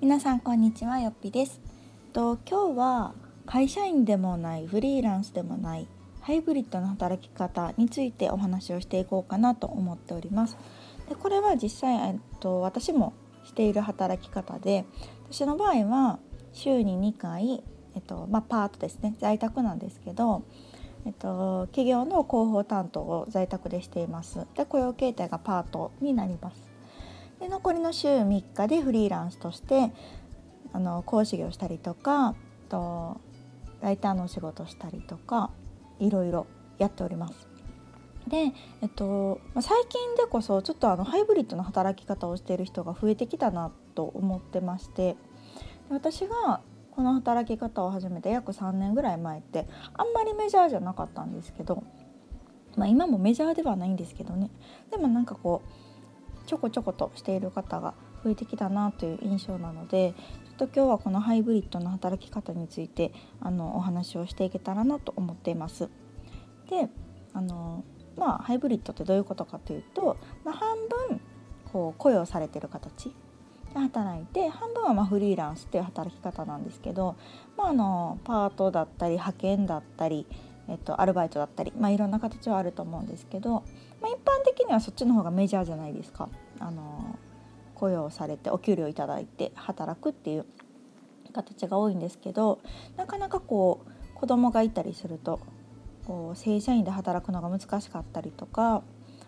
皆さんこんにちは、よっぴです。今日は会社員でもないフリーランスでもないハイブリッドの働き方についてお話をしていこうかなと思っております。でこれは実際、私もしている働き方で、私の場合は週に2回、パートですね、在宅なんですけど、企業の広報担当を在宅でしています。で雇用形態がパートになります。で残りの週3日でフリーランスとして講師業したりとか、ライターのお仕事したりとかいろいろやっております。で、最近でこそちょっとハイブリッドの働き方をしている人が増えてきたなと思ってまして、私がこの働き方を始めて約3年ぐらい前ってあんまりメジャーじゃなかったんですけど、今もメジャーではないんですけどね、でもなんかこうちょこちょことしている方が増えてきたなという印象なので、ちょっと今日はこのハイブリッドの働き方についてお話をしていけたらなと思っています。でハイブリッドってどういうことかというと、半分こう雇用されている形で働いて、半分はフリーランスっていう働き方なんですけど、パートだったり派遣だったり、アルバイトだったり、いろんな形はあると思うんですけど、一般的にはそっちの方がメジャーじゃないですか。雇用されてお給料いただいて働くっていう形が多いんですけど、なかなかこう子供がいたりすると正社員で働くのが難しかったりとか、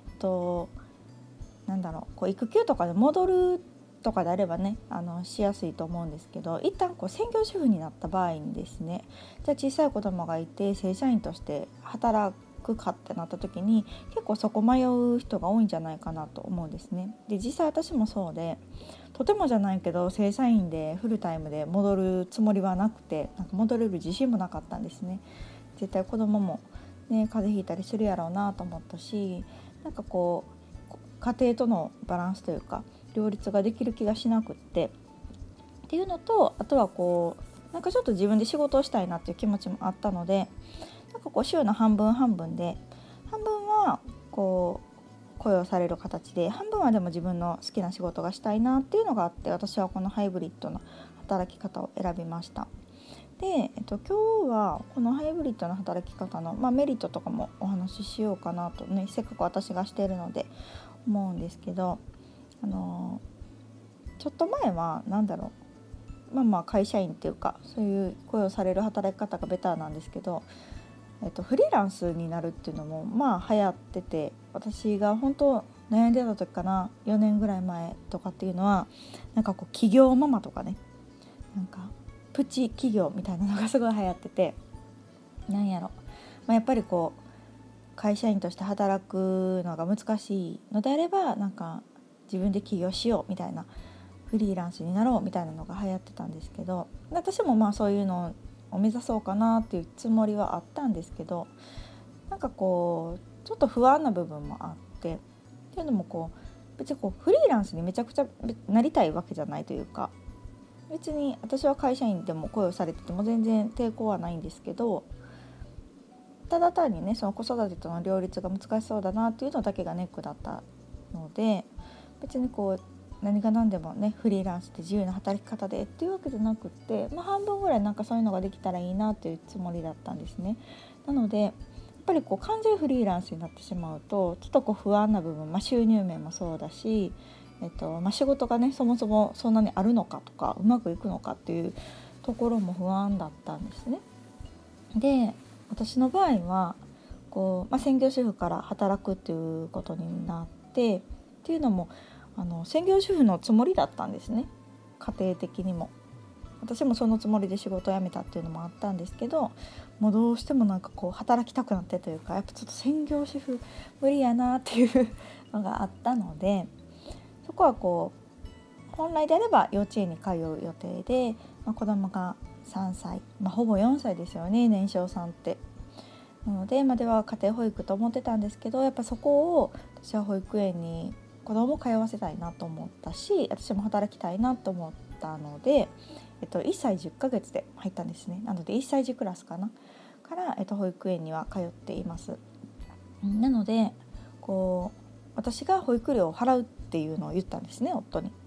育休とかで戻るとかであればね、しやすいと思うんですけど、一旦専業主婦になった場合にですね、じゃあ小さい子供がいて正社員として働くかってなった時に、結構そこ迷う人が多いんじゃないかなと思うんですね。で実際私もそうで、とてもじゃないけど正社員でフルタイムで戻るつもりはなくて、戻れる自信もなかったんですね。絶対子供もね、風邪ひいたりするやろうなと思ったし、家庭とのバランスというか両立ができる気がしなくっていうのと、あとはちょっと自分で仕事をしたいなっていう気持ちもあったので、週の半分半分で、半分は雇用される形で、半分はでも自分の好きな仕事がしたいなっていうのがあって、私はこのハイブリッドの働き方を選びました。で、今日はこのハイブリッドの働き方の、メリットとかもお話ししようかなとね、せっかく私がしているので思うんですけど、ちょっと前は会社員っていうか、そういう雇用される働き方がベターなんですけど、フリーランスになるっていうのも流行ってて、私が本当悩んでた時かな、4年ぐらい前とかっていうのは、企業ママとかね、プチ企業みたいなのがすごい流行ってて、やっぱり会社員として働くのが難しいのであれば、自分で起業しようみたいな、フリーランスになろうみたいなのが流行ってたんですけど、私もそういうのを目指そうかなっていうつもりはあったんですけど、ちょっと不安な部分もあって、っていうのも別にフリーランスにめちゃくちゃなりたいわけじゃないというか、別に私は会社員でも雇用されてても全然抵抗はないんですけど、ただ単にね、その子育てとの両立が難しそうだなっていうのだけがネックだったので、別に何が何でもね、フリーランスって自由な働き方でっていうわけじゃなくって、半分ぐらいそういうのができたらいいなというつもりだったんですね。なのでやっぱり完全フリーランスになってしまうと、ちょっと不安な部分、収入面もそうだし、仕事がねそもそもそんなにあるのかとか、うまくいくのかっていうところも不安だったんですね。で私の場合は専業主婦から働くっていうことになっていうのも専業主婦のつもりだったんですね。家庭的にも私もそのつもりで仕事を辞めたっていうのもあったんですけど、もうどうしても働きたくなってというか、やっぱちょっと専業主婦無理やなっていうのがあったので、そこは本来であれば幼稚園に通う予定で、子供が3歳、ほぼ4歳ですよね、年少さんって。なので、では家庭保育と思ってたんですけど、やっぱそこを私は保育園に子供を通わせたいなと思ったし、私も働きたいなと思ったので、1歳10ヶ月で入ったんですね。なので1歳児クラスから、保育園には通っています。なので私が保育料を払うっていうのを言ったんですね、夫に。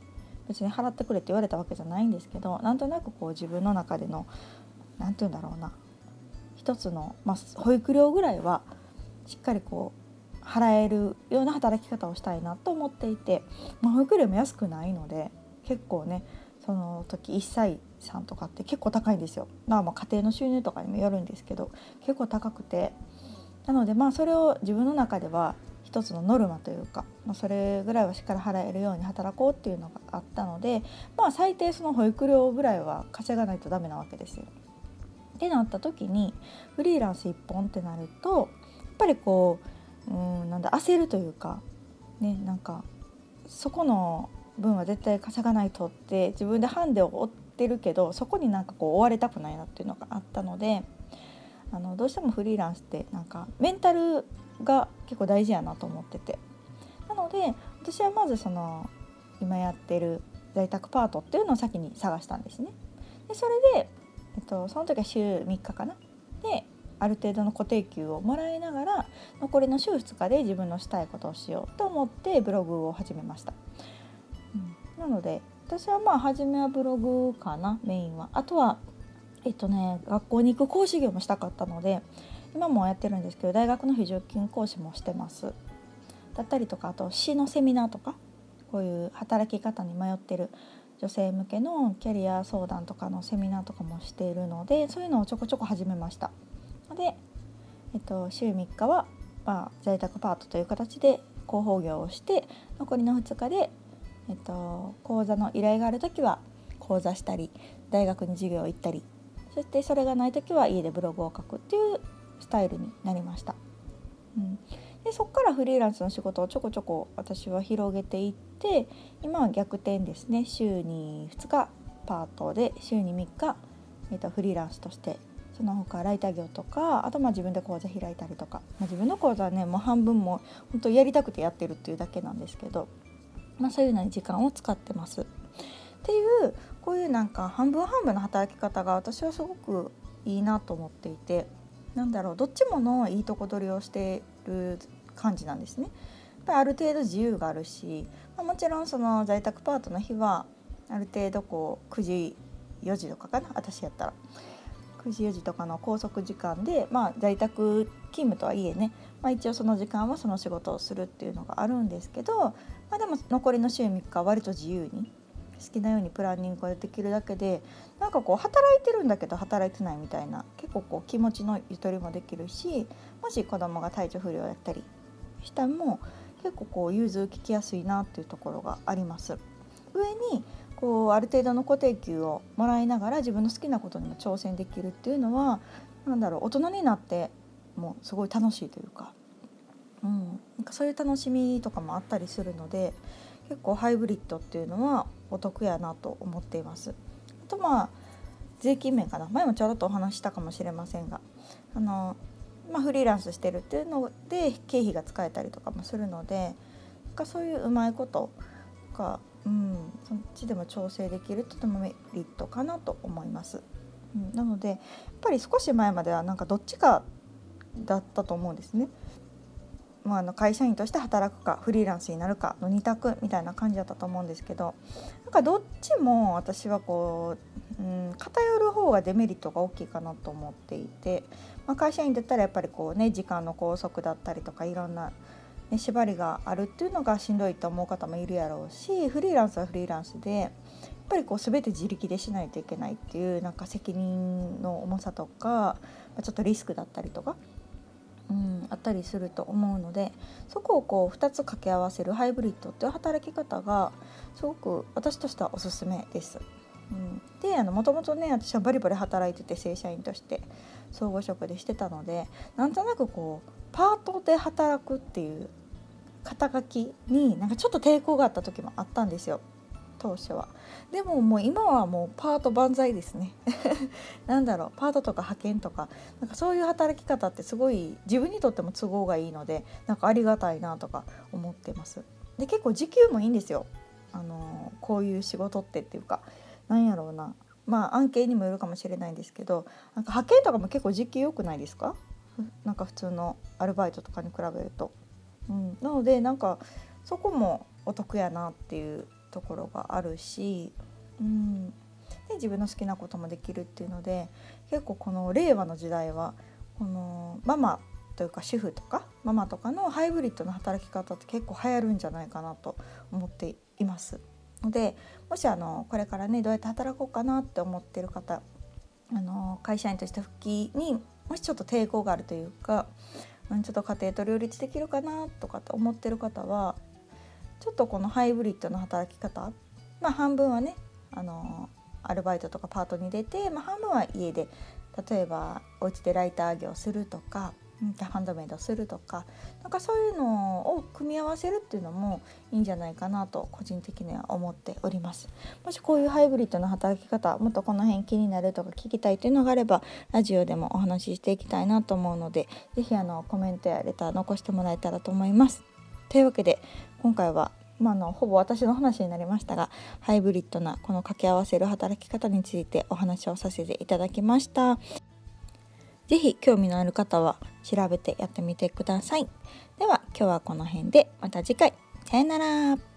別に払ってくれって言われたわけじゃないんですけど、なんとなくこう自分の中でのなんて言うんだろうな、一つの、保育料ぐらいはしっかりこう払えるような働き方をしたいなと思っていて、保育料も安くないので結構ね、その時1歳さんとかって結構高いんですよ。家庭の収入とかにもよるんですけど結構高くて、なのでそれを自分の中では一つのノルマというか、それぐらいはしっかり払えるように働こうっていうのがあったので、最低その保育料ぐらいは稼がないとダメなわけですよ。ってなった時にフリーランス一本ってなるとやっぱりこう焦るというかね、なんかそこの分は絶対稼がないとって自分でハンデを負ってるけど、そこになんかこう追われたくないなっていうのがあったので、どうしてもフリーランスってなんかメンタルが結構大事やなと思ってて、なので私はまずその今やってる在宅パートっていうのを先に探したんですね。でそれで、その時は週3日かなである程度の固定給をもらいながら残りの週2日で自分のしたいことをしようと思ってブログを始めました。なので私は初めはブログかな、メインは。あとは学校に行く講師業もしたかったので今もやってるんですけど、大学の非常勤講師もしてますだったりとか、あと市のセミナーとか、こういう働き方に迷ってる女性向けのキャリア相談とかのセミナーとかもしているので、そういうのをちょこちょこ始めました。で、週3日は、在宅パートという形で広報業をして、残りの2日で、講座の依頼があるときは講座したり大学に授業行ったり、そしてそれがないときは家でブログを書くっていうスタイルになりました。でそこからフリーランスの仕事をちょこちょこ私は広げていって、今は逆転ですね。週に2日パートで週に3日、フリーランスとして、その他ライター業とか、あと自分で講座開いたりとか、自分の講座はねもう半分も本当やりたくてやってるっていうだけなんですけど、そういうのに時間を使ってますっていう、こういうなんか半分半分の働き方が私はすごくいいなと思っていて、どっちものいいとこ取りをしてる感じなんですね。やっぱりある程度自由があるし、もちろんその在宅パートの日はある程度こう9時4時とかかな、私やったら9時4時とかの拘束時間で、在宅勤務とはいえね、一応その時間はその仕事をするっていうのがあるんですけど、でも残りの週3日は割と自由に好きなようにプランニングができるだけで、なんかこう働いてるんだけど働いてないみたいな、結構こう気持ちのゆとりもできるし、もし子供が体調不良やったりしたのも結構こう融通ききやすいなっていうところがあります。上にこうある程度の固定給をもらいながら自分の好きなことにも挑戦できるっていうのは、大人になってもすごい楽しいというか、なんかそういう楽しみとかもあったりするので、結構ハイブリッドっていうのはお得やなと思っています。あと税金面かな、前もちょろっとお話ししたかもしれませんが、フリーランスしてるっていうので経費が使えたりとかもするので、なんかそういううまいことが、そっちでも調整できるとてもメリットかなと思います。なのでやっぱり少し前まではなんかどっちかだったと思うんですね。会社員として働くかフリーランスになるかの2択みたいな感じだったと思うんですけど、なんかどっちも私はこう、偏る方がデメリットが大きいかなと思っていて、会社員だったらやっぱりこうね、時間の拘束だったりとかいろんな、縛りがあるっていうのがしんどいと思う方もいるやろうし、フリーランスはフリーランスでやっぱりこう全て自力でしないといけないっていうなんか責任の重さとか、ちょっとリスクだったりとか、あったりすると思うので、そこをこう2つ掛け合わせるハイブリッドっていう働き方がすごく私としてはおすすめです。でもともとね、私はバリバリ働いてて正社員として総合職でしてたので、なんとなくこうパートで働くっていう肩書きになんかちょっと抵抗があった時もあったんですよ、当初は。でももう今はもうパート万歳ですねパートとか派遣とか、なんかそういう働き方ってすごい自分にとっても都合がいいので、なんかありがたいなとか思ってます。で結構時給もいいんですよ。こういう仕事っていうか、案件にもよるかもしれないんですけど、なんか派遣とかも結構時給良くないですか？なんか普通のアルバイトとかに比べると、なのでなんかそこもお得やなっていうところがあるし、で自分の好きなこともできるっていうので、結構この令和の時代はこのママというか主婦とかママとかのハイブリッドの働き方って結構流行るんじゃないかなと思っていますので、もしこれからねどうやって働こうかなって思ってる方、会社員として復帰にもしちょっと抵抗があるというか、ちょっと家庭と両立できるかなとかって思ってる方は、ちょっとこのハイブリッドの働き方、半分はねアルバイトとかパートに出て、半分は家で例えばお家でライター業するとか、ハンドメイドするとか、なんかそういうのを組み合わせるっていうのもいいんじゃないかなと個人的には思っております。もしこういうハイブリッドな働き方、もっとこの辺気になるとか聞きたいというのがあれば、ラジオでもお話ししていきたいなと思うので、ぜひコメントやレター残してもらえたらと思います。というわけで今回はほぼ私の話になりましたが、ハイブリッドなこの掛け合わせる働き方についてお話をさせていただきました。ぜひ興味のある方は調べてやってみてください。では今日はこの辺で、また次回。さよなら。